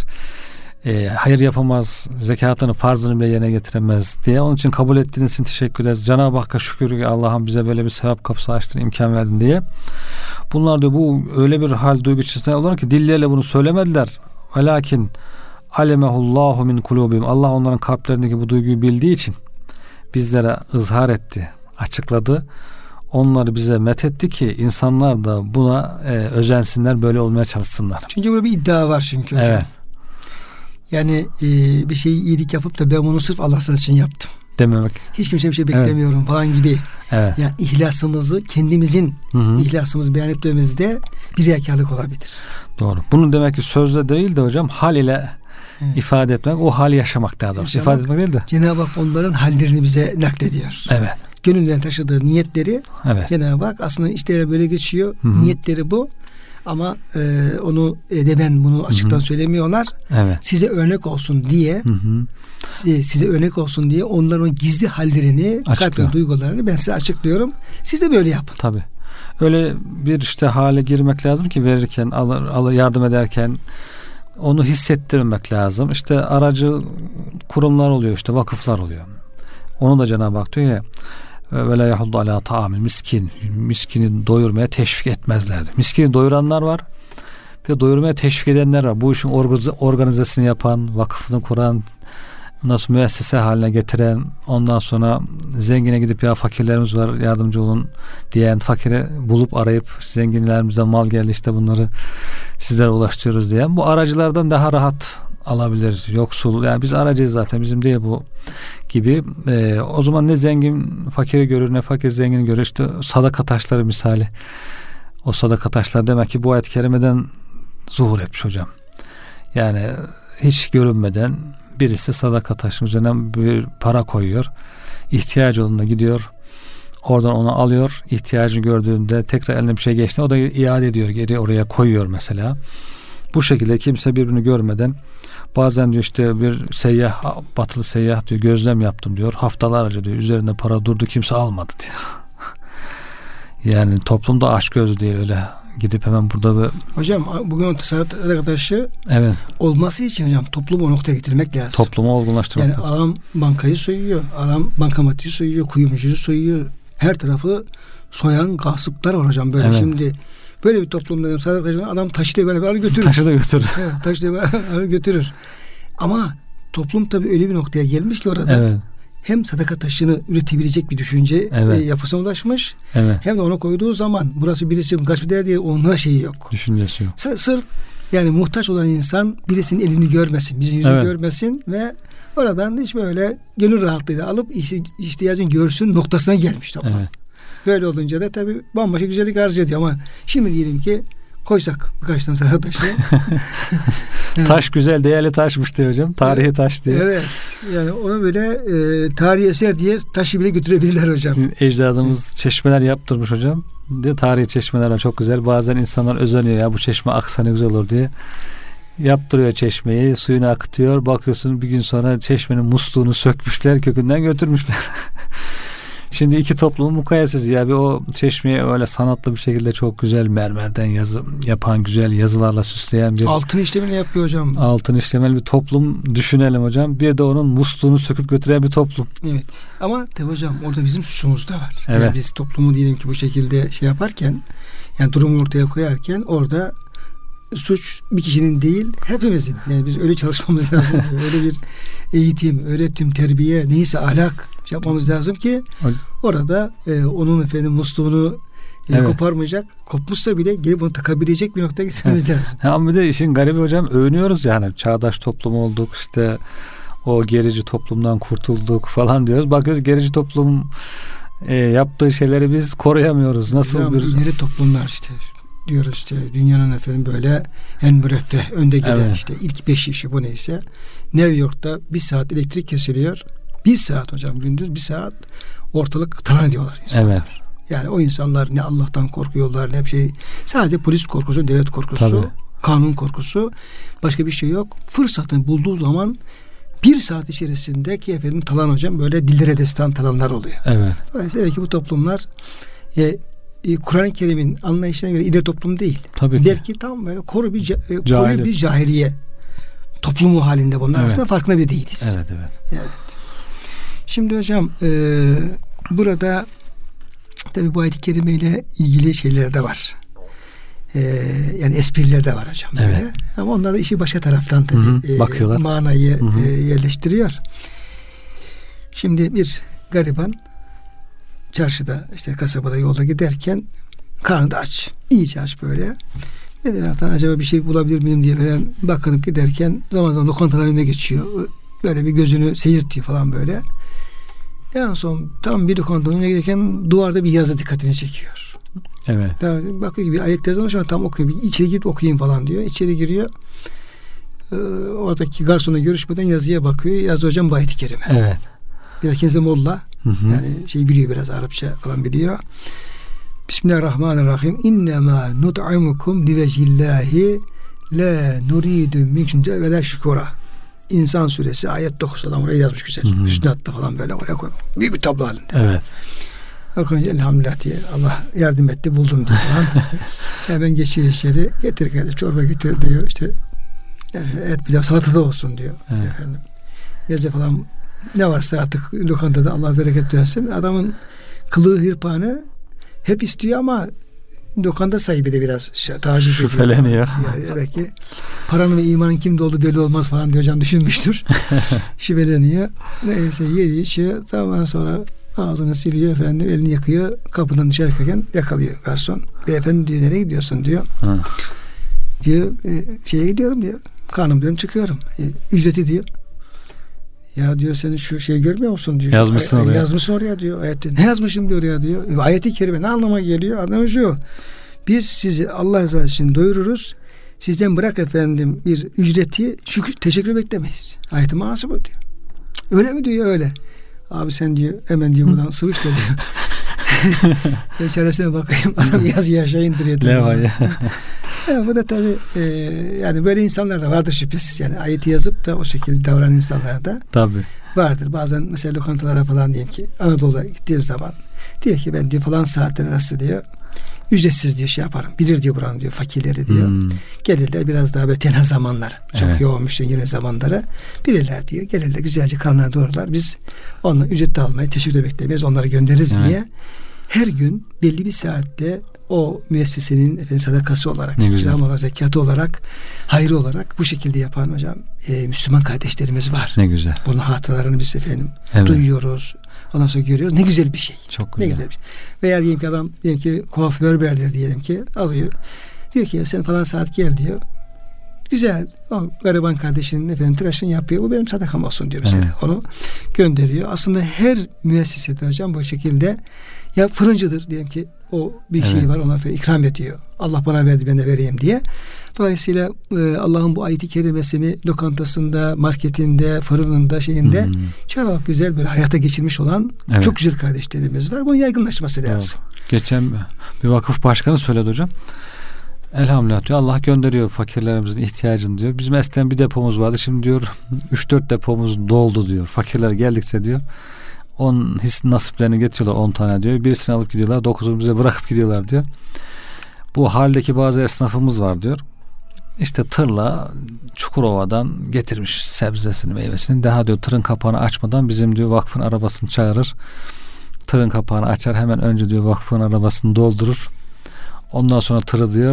Hayır yapamaz, zekatını, farzını bile yerine getiremez diye. Onun için kabul ettiğiniz için teşekkür ederiz. Cenab-ı Hakk'a şükür ki Allah'ım bize böyle bir sevap kapısı açtın, imkan verdin diye. Bunlar da bu öyle bir hal duygu içerisinde olarak ki dilleriyle bunu söylemediler. Velakin alemehullahu min kulubihim. Allah onların kalplerindeki bu duyguyu bildiği için bizlere ızhar etti, açıkladı. Onları bize methetti ki insanlar da buna özensinler, böyle olmaya çalışsınlar. Çünkü burada bir iddia var çünkü hocam. Evet. Yani bir şeyi iyilik yapıp da ben bunu sırf Allah rızası için yaptım dememek. Hiç kimse bir şey beklemiyorum falan gibi. Evet. Yani ihlasımızı, kendimizin ihlasımızı beyan etmemizde bir riyakarlık olabilir. Doğru. Bunu demek ki sözle değil de hocam hal ile ifade etmek, o hali yaşamak daha doğrusu. İfade etmek değil de. Cenab-ı Hak onların hallerini bize naklediyor. Evet. Gönülden taşıdığı niyetleri Cenab-ı Hak aslında işleri böyle geçiyor. Niyetleri bu. Ama onu ben bunu açıktan söylemiyorlar. Evet. Size örnek olsun diye size örnek olsun diye onların gizli hallerini, kalp ve duygularını ben size açıklıyorum. Siz de böyle yapın. Tabii. Öyle bir hale girmek lazım ki verirken, yardım ederken onu hissettirmek lazım. Aracı kurumlar oluyor, vakıflar oluyor. Onu da Cenab-ı Hak diyor ya ve la yahuddu ala ta'amil miskin. Miskini doyurmaya teşvik etmezlerdi. Miskini doyuranlar var. Bir de doyurmaya teşvik edenler var. Bu işin organizasını yapan, vakıfını kuran, nasıl müessese haline getiren, ondan sonra zengine gidip ya fakirlerimiz var yardımcı olun diyen, fakire bulup arayıp zenginlerimizden mal geldi bunları sizlere ulaştırıyoruz diyen, bu aracılardan daha rahat alabilir. Yoksul yani biz aracıyız zaten, bizim değil bu gibi. O zaman ne zengin fakiri görür, ne fakir zengini görür. Sadaka taşları misali. O sadaka taşlar demek ki bu ayet-i kerimeden zuhur etmiş hocam. Yani hiç görünmeden birisi sadaka taşının üzerine bir para koyuyor. İhtiyacı olduğunda gidiyor. Oradan onu alıyor. İhtiyacını gördüğünde tekrar eline bir şey geçti. O da iade ediyor. Geri oraya koyuyor mesela. Bu şekilde kimse birbirini görmeden, bazen diyor işte bir seyyah, batılı seyyah diyor, gözlem yaptım diyor. Haftalarca diyor üzerinde para durdu, kimse almadı diyor. Yani toplumda açgözlü değil, öyle gidip hemen burada bir... Hocam bugün tasarruf arkadaşı evet. olması için hocam toplumu o noktaya getirmek lazım. Toplumu olgunlaştırmak yani lazım. Adam bankayı soyuyor. Adam bankamatiği soyuyor. Kuyumcuyu soyuyor. Her tarafı soyan gasıplar var hocam. Böyle şimdi böyle bir toplumda adam taşı da böyle götürür. Taşı da götürür. Evet, taşı da böyle götürür. Ama toplum tabii öyle bir noktaya gelmiş ki orada hem sadaka taşını üretebilecek bir düşünce yapısına ulaşmış. Hem de ona koyduğu zaman burası birisi gasp eder diye onunla şeyi yok. Düşüncesi yok. Sırf yani muhtaç olan insan birisinin elini görmesin, bizim yüzünü görmesin ve oradan hiç böyle gönül rahatlığıyla alıp ihtiyacını görsün noktasına gelmiş toplum. Böyle olunca da tabii bambaşka güzellik arz ediyor ama şimdi diyelim ki koysak birkaç tane sadaka taşı. Taş güzel, değerli taşmış diyor hocam. Tarihi taş diyor. Evet. Yani onu böyle tarihi eser diye taşı bile götürebilirler hocam. Ecdadımız çeşmeler yaptırmış hocam. Diye tarihi çeşmeler çok güzel. Bazen insanlar özeniyor, ya bu çeşme aksa ne güzel olur diye. Yaptırıyor çeşmeyi, suyunu akıtıyor. Bakıyorsun bir gün sonra çeşmenin musluğunu sökmüşler, kökünden götürmüşler. Şimdi iki toplumun mukayesesi ya, bir o çeşmeyi öyle sanatlı bir şekilde çok güzel mermerden yapan, güzel yazılarla süsleyen bir altın işlemini yapıyor hocam. Altın işlemeli bir toplum düşünelim hocam. Bir de onun musluğunu söküp götüren bir toplum. Evet. Ama tabii hocam orada bizim suçumuz da var. Evet. Yani biz toplumu diyelim ki bu şekilde şey yaparken, yani durumu ortaya koyarken orada suç bir kişinin değil, hepimizin. Yani biz öyle çalışmamız lazım. Öyle bir eğitim, öğretim, terbiye, neyse ahlak yapmamız lazım ki orada onun musluğunu koparmayacak, kopmuşsa bile gelip onu takabilecek bir noktaya getirmemiz lazım. Ama bir de işin garibi hocam, övünüyoruz yani, çağdaş toplum olduk, işte o gerici toplumdan kurtulduk falan diyoruz. Bakıyoruz gerici toplum yaptığı şeyleri biz koruyamıyoruz. Nasıl hocam, bir ileri toplumlar işte diyoruz işte dünyanın böyle en müreffeh, önde gelen işte ilk 5 işi bu neyse. New York'ta 1 saat elektrik kesiliyor. 1 saat hocam, gündüz 1 saat ortalık talan ediyorlar insanlar. Evet. Yani o insanlar ne Allah'tan korkuyorlar ne bir şey. Sadece polis korkusu, devlet korkusu, kanun korkusu, başka bir şey yok. Fırsatını bulduğu zaman 1 saat içerisindeki talan hocam böyle dillere destan talanlar oluyor. Evet. Dolayısıyla belki bu toplumlar Kur'an-ı Kerim'in anlayışına göre ileri toplum değil. Tabii ki. Belki tam böyle koru bir cahiliye toplumu halinde bunlar. Aslında farkında bile değiliz. Evet. Yani. Şimdi hocam burada tabii bu ayet-i kerime ile ilgili şeyler de var. Yani espriler de var hocam. Böyle. Evet. Ama onlar da işi başka taraftan tabii manayı yerleştiriyor. Şimdi bir gariban çarşıda işte kasabada yolda giderken karnı da aç. İyice aç böyle. Neden acaba bir şey bulabilir miyim diye falan bakınıp giderken zaman zaman lokantaların önüne geçiyor. Böyle bir gözünü seyirtiyor falan böyle. En son tam bir lokantanın önüne giderken duvarda bir yazı dikkatini çekiyor. Evet. Bakıyor ki bir ayet yazılmış ama tam okuyor. İçeri git okuyayım falan diyor. İçeri giriyor. Oradaki garsonla görüşmeden yazıya bakıyor. Yazı hocam bu ayet-i kerime. Evet. Biraz kendisi molla. Yani biliyor, biraz Arapça falan biliyor. Bismillahirrahmanirrahim. İnnemâ nut'imukum livecillahi la nuridu minkum ve la şükura. İnsan suresi ayet 9 adam oraya yazmış güzel. Hüsnat'ta falan böyle oraya koymuş. Büyük bir tablo halinde. Evet. Okuyunca elhamdülillah diye Allah yardım etti, buldum diyor falan. Hemen geçiyor içeri. Getir kardeşim, çorba getir diyor. İşte et pilav salatada olsun diyor. Evet. Efendim. Meze falan ne varsa artık lokantada Allah bereket versin. Adamın kılığı hırpanı hep istiyor ama lokanta sahibi de biraz tacip ediyor. Şüpheleniyor. Belki paranın ve imanın kimde olduğu belli olmaz falan diye hocam düşünmüştür. Şüpheleniyor. Neyse yedi içiyor. Tamam, sonra ağzını siliyor efendim, elini yakıyor. Kapıdan dışarı çıkarken yakalıyor garson. Beyefendi diyor, nereye gidiyorsun diyor. Diyor şeye gidiyorum diyor. Karnım diyorum, çıkıyorum. Ücreti diyor. Ya diyor, senin şu şeyi görmüyor musun diyor. Yazmışsın oraya diyor. Ayette. Ne yazmışım diyor ya diyor. Ayet-i kerime ne anlama geliyor? Anlamı şu. Biz sizi Allah rızası için doyururuz. Sizden bırak efendim bir ücreti, şükür, teşekkür beklemeyiz. Ayetin manası bu diyor. Öyle mi diyor? Öyle. Abi sen diyor hemen diyor buradan sıvış da diyor. Ben çaresine bakayım. Adam yazı aşağı indiriyor. Bu da tabii yani böyle insanlar da vardır şüphesiz. Yani ayeti yazıp da o şekilde davranan insanlar da tabii vardır. Bazen mesela lokantalara falan diyelim ki Anadolu'da gittiğim zaman diyor ki ben diyor falan saatler arası diyor ücretsiz diyor şey yaparım. Bilir diyor buranın diyor fakirleri diyor. Gelirler biraz daha böyle tenha zamanlar. Çok yoğunmuş yine zamanları. Bilirler diyor. Gelirler güzelce karnına doyururlar. Biz onunla ücret de almayı teşekkür de beklemeyiz. Onları göndeririz diye. Her gün belli bir saatte o müessesenin efendim sadakası olarak, ikram olarak, zekatı olarak, hayrı olarak bu şekilde yapan hocam Müslüman kardeşlerimiz var. Ne güzel. Bunun hatıralarını biz efendim duyuyoruz. Ondan sonra görüyoruz. Ne güzel bir şey. Çok güzel. Ne güzel bir şey. Veya diyelim ki adam diyelim ki kuaför berber diyelim ki alıyor. Diyor ki sen falan saat gel diyor. Güzel. O gariban kardeşinin efendim tıraşını yapıyor. Bu benim sadakam olsun diyor mesela. Onu gönderiyor. Aslında her müessesede hocam bu şekilde ya fırıncıdır diyelim ki o bir şey var ona ikram ediyor. Allah bana verdi ben de vereyim diye. Dolayısıyla Allah'ın bu ayeti kerimesini lokantasında, marketinde, fırınında, şeyinde çok güzel böyle hayata geçirmiş olan çok güzel kardeşlerimiz var. Bunun yaygınlaşması lazım. Geçen bir vakıf başkanı söyledi hocam. Elhamdülillah diyor Allah gönderiyor fakirlerimizin ihtiyacını diyor. Bizim eskiden bir depomuz vardı. Şimdi diyor 3-4 depomuz doldu diyor. Fakirler geldikçe diyor 10 his nasiplerini getiriyorlar 10 tane diyor. Birisini alıp gidiyorlar. 9'unu bize bırakıp gidiyorlar diyor. Bu haldeki bazı esnafımız var diyor. İşte tırla Çukurova'dan getirmiş sebzesini meyvesini. Daha diyor tırın kapağını açmadan bizim diyor vakfın arabasını çağırır. Tırın kapağını açar hemen önce diyor vakfın arabasını doldurur. Ondan sonra tırı diyor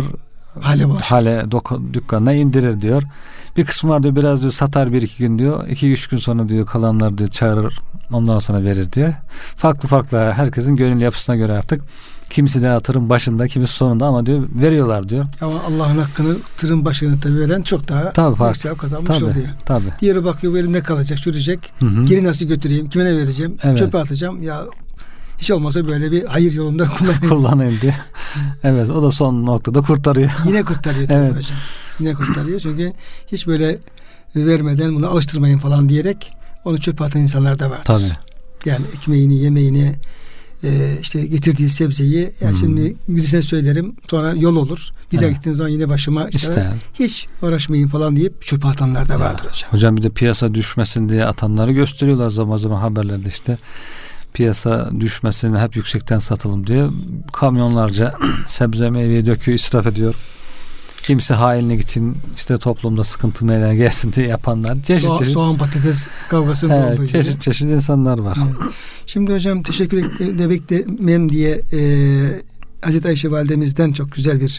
dükkanına indirir diyor. Bir kısmı var diyor biraz diyor satar 1-2 gün diyor. 2-3 gün sonra diyor kalanlar diyor çağırır. Ondan sonra verir diyor. Farklı farklı herkesin gönül yapısına göre artık kimisi de tırın başında kimisi sonunda ama diyor veriyorlar diyor. Ama Allah'ın hakkını tırın başına tabii veren çok daha farklı kazanmış oluyor. Tabii. Diğeri bakıyor bu elimde kalacak çürüyecek. Geri nasıl götüreyim? Kime ne vereceğim? Çöpe atacağım. Ya hiç olmasa böyle bir hayır yolunda kullanayım diye. Evet o da son noktada kurtarıyor. Yine kurtarıyor tabii hocam. Yine kurtarıyor çünkü hiç böyle vermeden bunu alıştırmayın falan diyerek onu çöpe atan insanlar da vardır. Tabii. Yani ekmeğini, yemeğini işte getirdiği sebzeyi şimdi birisine söylerim sonra yol olur. Bir daha gittiğiniz zaman yine başıma hiç uğraşmayın falan deyip çöpe atanlar da vardır hocam. Hocam bir de piyasa düşmesin diye atanları gösteriyorlar zaman zaman haberlerde işte. Piyasa düşmesini hep yüksekten satalım diye kamyonlarca sebze meyve döküyor, israf ediyor. Kimisi hainlik için işte toplumda sıkıntı meydana gelsin diye yapanlar. Çeşit soğan patates kavgasının olduğu gibi. Çeşit insanlar var. Evet. Şimdi hocam teşekkür edemem diye Hazreti Ayşe validemizden çok güzel bir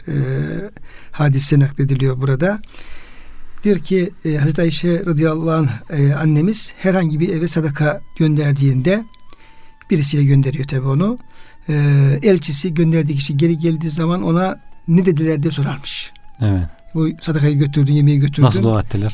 hadise naklediliyor burada. Diyor ki Hazreti Ayşe radıyallahu anh annemiz herhangi bir eve sadaka gönderdiğinde birisiyle gönderiyor tabii onu. Elçisi gönderdiği kişi geri geldiği zaman ona ne dediler diye sorarmış. Evet. Bu sadakayı götürdün, yemeği götürdün. Nasıl dua ettiler?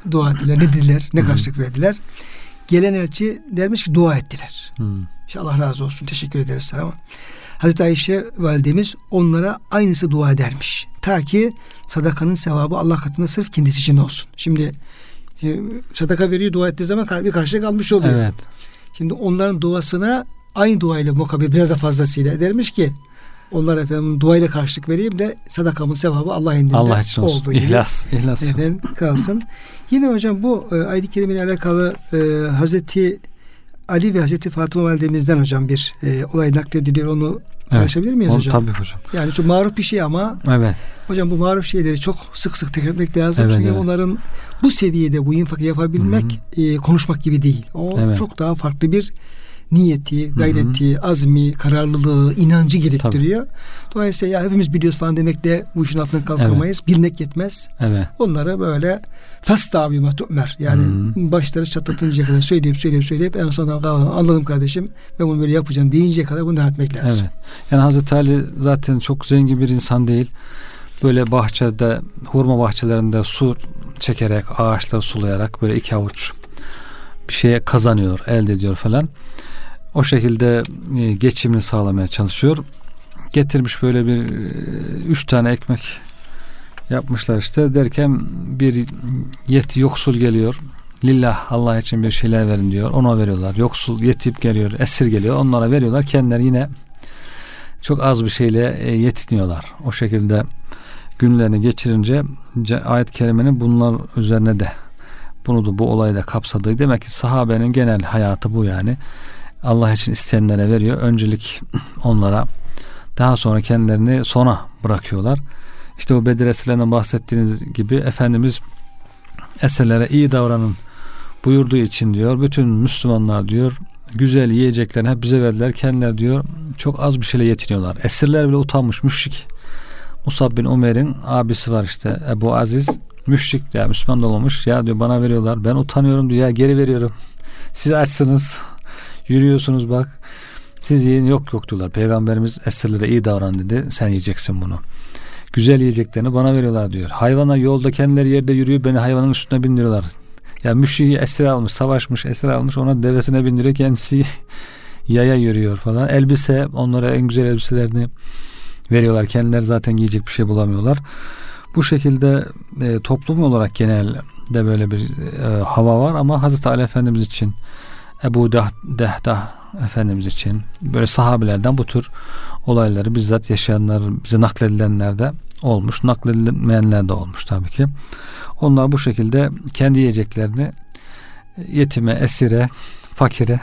Ne dediler? Ne karşılık verdiler? Gelen elçi dermiş ki dua ettiler. İşte Allah razı olsun. Teşekkür ederiz. Tamam. Hazreti Ayşe validemiz onlara aynısı dua edermiş. Ta ki sadakanın sevabı Allah katında sırf kendisi için olsun. Şimdi sadaka veriyor, dua ettiği zaman bir karşılık almış oluyor. Evet. Şimdi onların duasına aynı duayla mukabil biraz da fazlasıyla edermiş ki onlar efendim duayla karşılık vereyim de sadakamın sevabı Allah indinde Allah için olsun. İhlas efendim kalsın. Yine hocam bu ayet-i kerime ile alakalı Hazreti Ali ve Hazreti Fatıma validemizden hocam bir olay naklediliyor. Onu paylaşabilir miyiz hocam? Tabii hocam. Yani çok maruf bir şey ama hocam bu maruf şeyleri çok sık sık tekrar etmek lazım. Çünkü onların bu seviyede bu infakı yapabilmek konuşmak gibi değil. O çok daha farklı bir niyeti, gayreti, azmi, kararlılığı, inancı gerektiriyor. Dolayısıyla ya hepimiz biliyoruz falan demekle bu işin altından kalkamayız. Bilmek yetmez. Onlara böyle fastâbîmâ tu'mer. Yani başları çatlatıncaya kadar söyleyip en sonunda anladım kardeşim ben bunu böyle yapacağım deyinceye kadar bunu etmek lazım. Yani Hazreti Ali zaten çok zengin bir insan değil. Böyle bahçede, hurma bahçelerinde su çekerek, ağaçları sulayarak böyle 2 avuç bir şeye kazanıyor, elde ediyor falan. O şekilde geçimini sağlamaya çalışıyor. Getirmiş böyle bir 3 tane ekmek Yapmışlar işte, derken bir yoksul geliyor. Lillah, Allah için bir şeyler verin diyor. Ona veriyorlar. Yoksul, yetim geliyor, esir geliyor. Onlara veriyorlar. Kendileri yine çok az bir şeyle yetiniyorlar. O şekilde günlerini geçirince ayet-i kerimenin bunlar üzerine de bu olayı da kapsadığı, demek ki sahabenin genel hayatı bu yani. Allah için isteyenlere veriyor. Öncelik onlara, daha sonra kendilerini sona bırakıyorlar. İşte o Bedir esirlerinden bahsettiğiniz gibi Efendimiz esirlere iyi davranın buyurduğu için diyor, bütün Müslümanlar diyor güzel yiyeceklerini hep bize verdiler. Kendileri diyor çok az bir şeyle yetiniyorlar. Esirler bile utanmış. Müşrik Musab bin Umer'in abisi var işte, Ebu Aziz, müşrik ya, Müslüman da olmamış. Ya diyor bana veriyorlar, ben utanıyorum diyor, ya geri veriyorum. Siz açsınız, yürüyorsunuz bak, siz yiyin. Yok diyorlar. Peygamberimiz esirlere iyi davran dedi, sen yiyeceksin bunu. Güzel yiyeceklerini bana veriyorlar diyor. Hayvana yolda kendileri yerde yürüyor, beni hayvanın üstüne bindiriyorlar. Ya müşriği esir almış, savaşmış, esir almış, ona devesine bindiriyor, kendisi yaya yürüyor falan. Elbise, onlara en güzel elbiselerini veriyorlar. Kendileri zaten giyecek bir şey bulamıyorlar. Bu şekilde toplum olarak genelde böyle bir hava var, ama Hazreti Ali Efendimiz için, Ebu Dehdah Efendimiz için, böyle sahabelerden bu tür olayları bizzat yaşayanlar, bize nakledilenler de olmuş, nakledilmeyenler de olmuş tabii ki. Onlar bu şekilde kendi yiyeceklerini yetime, esire, fakire,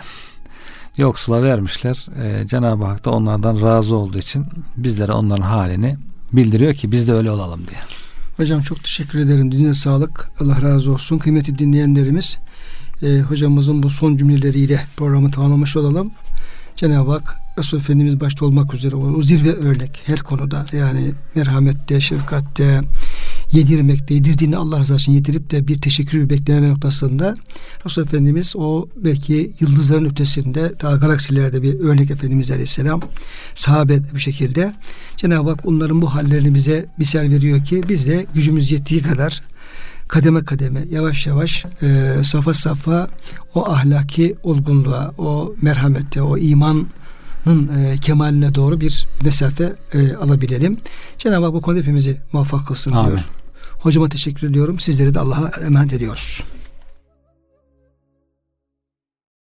yoksula vermişler. Cenab-ı Hak da onlardan razı olduğu için bizlere onların halini bildiriyor ki biz de öyle olalım diye. Hocam çok teşekkür ederim. Dizine sağlık. Allah razı olsun. Kıymetli dinleyenlerimiz, hocamızın bu son cümleleriyle programı tamamlamış olalım. Cenab-ı Hak Resul Efendimiz başta olmak üzere o zirve örnek her konuda, yani merhamette, şefkatte, yedirdiğini Allah rızası için yedirip de bir teşekkür bekleme noktasında Resul Efendimiz o belki yıldızların ötesinde, daha galaksilerde bir örnek Efendimiz Aleyhisselam, sahabe bu şekilde. Cenab-ı Hak onların bu hallerini bize misal veriyor ki biz de gücümüz yettiği kadar kademe kademe, yavaş yavaş, safa safa o ahlaki olgunluğa, o merhamette, o imanın kemaline doğru bir mesafe alabilelim. Cenab-ı Hak bu konuda hepimizi muvaffak kılsın diyor. Hocama teşekkür ediyorum. Sizleri de Allah'a emanet ediyoruz.